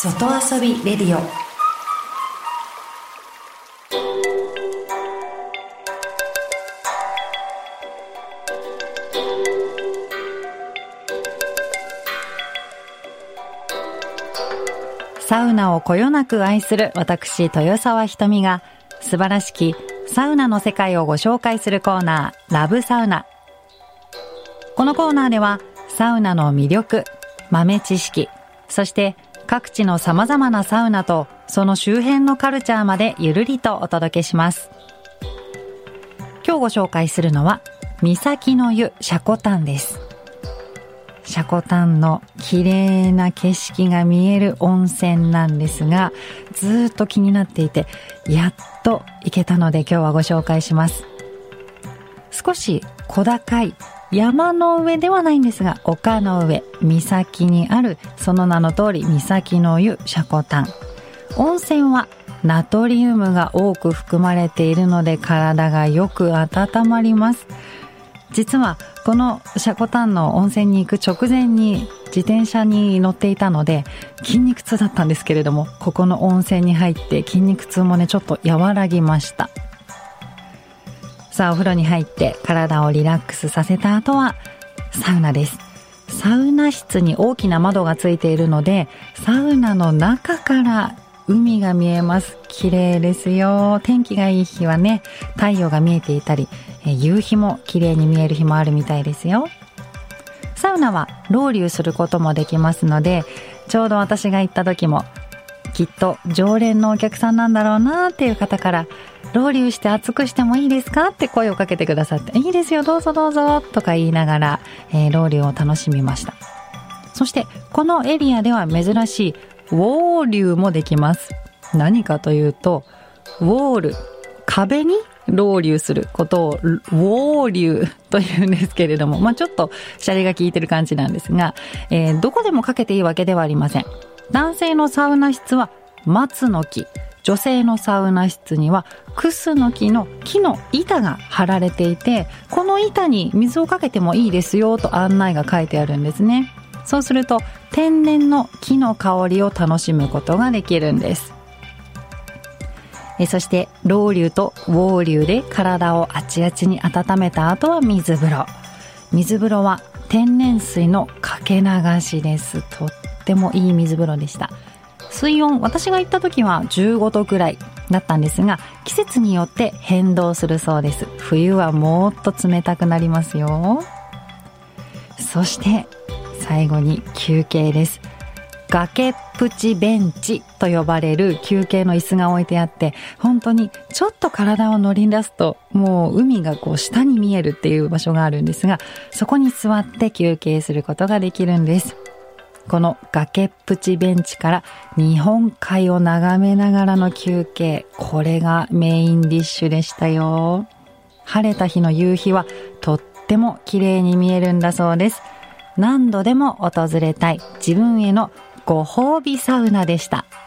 外遊びレディオ。サウナをこよなく愛する私豊沢ひとみが素晴らしきサウナの世界をご紹介するコーナー、ラブサウナ。このコーナーではサウナの魅力、豆知識、そして各地の様々なサウナとその周辺のカルチャーまでゆるりとお届けします。今日ご紹介するのは三崎の湯積丹です。積丹の綺麗な景色が見える温泉なんですが、ずっと気になっていてやっと行けたので今日はご紹介します。少し小高い山の上ではないんですが、丘の上、岬にあるその名の通り三崎の湯積丹。温泉はナトリウムが多く含まれているので体がよく温まります。実はこの積丹の温泉に行く直前に自転車に乗っていたので筋肉痛だったんですけれども、ここの温泉に入って筋肉痛もねちょっと和らぎました。さあお風呂に入って体をリラックスさせた後はサウナです。サウナ室に大きな窓がついているのでサウナの中から海が見えます。綺麗ですよ。天気がいい日はね太陽が見えていたり夕日も綺麗に見える日もあるみたいですよ。サウナはロウリュすることもできますので、ちょうど私が行った時もきっと常連のお客さんなんだろうなっていう方からロウリュして熱くしてもいいですかって声をかけてくださって、いいですよどうぞどうぞとか言いながら、ロウリュを楽しみました。そしてこのエリアでは珍しいウォーリュもできます。何かというとウォール、壁にロウリュすることをウォーリュというんですけれども、ちょっとシャレが効いてる感じなんですが、どこでもかけていいわけではありません。男性のサウナ室は松の木、女性のサウナ室にはクスノキの木の板が張られていて、この板に水をかけてもいいですよと案内が書いてあるんですね。そうすると天然の木の香りを楽しむことができるんです。そしてロウリュとウォーリュで体をあちあちに温めた後は水風呂。水風呂は天然水のかけ流しです。とってもいい水風呂でした。水温、私が行った時は15度くらいだったんですが、季節によって変動するそうです。冬はもっと冷たくなりますよ。そして最後に休憩です。崖っぷちベンチと呼ばれる休憩の椅子が置いてあって、本当にちょっと体を乗り出すともう海が下に見えるっていう場所があるんですが、そこに座って休憩することができるんです。この崖っぷちベンチから日本海を眺めながらの休憩、これがメインディッシュでしたよ。晴れた日の夕日はとっても綺麗に見えるんだそうです。何度でも訪れたい自分へのご褒美サウナでした。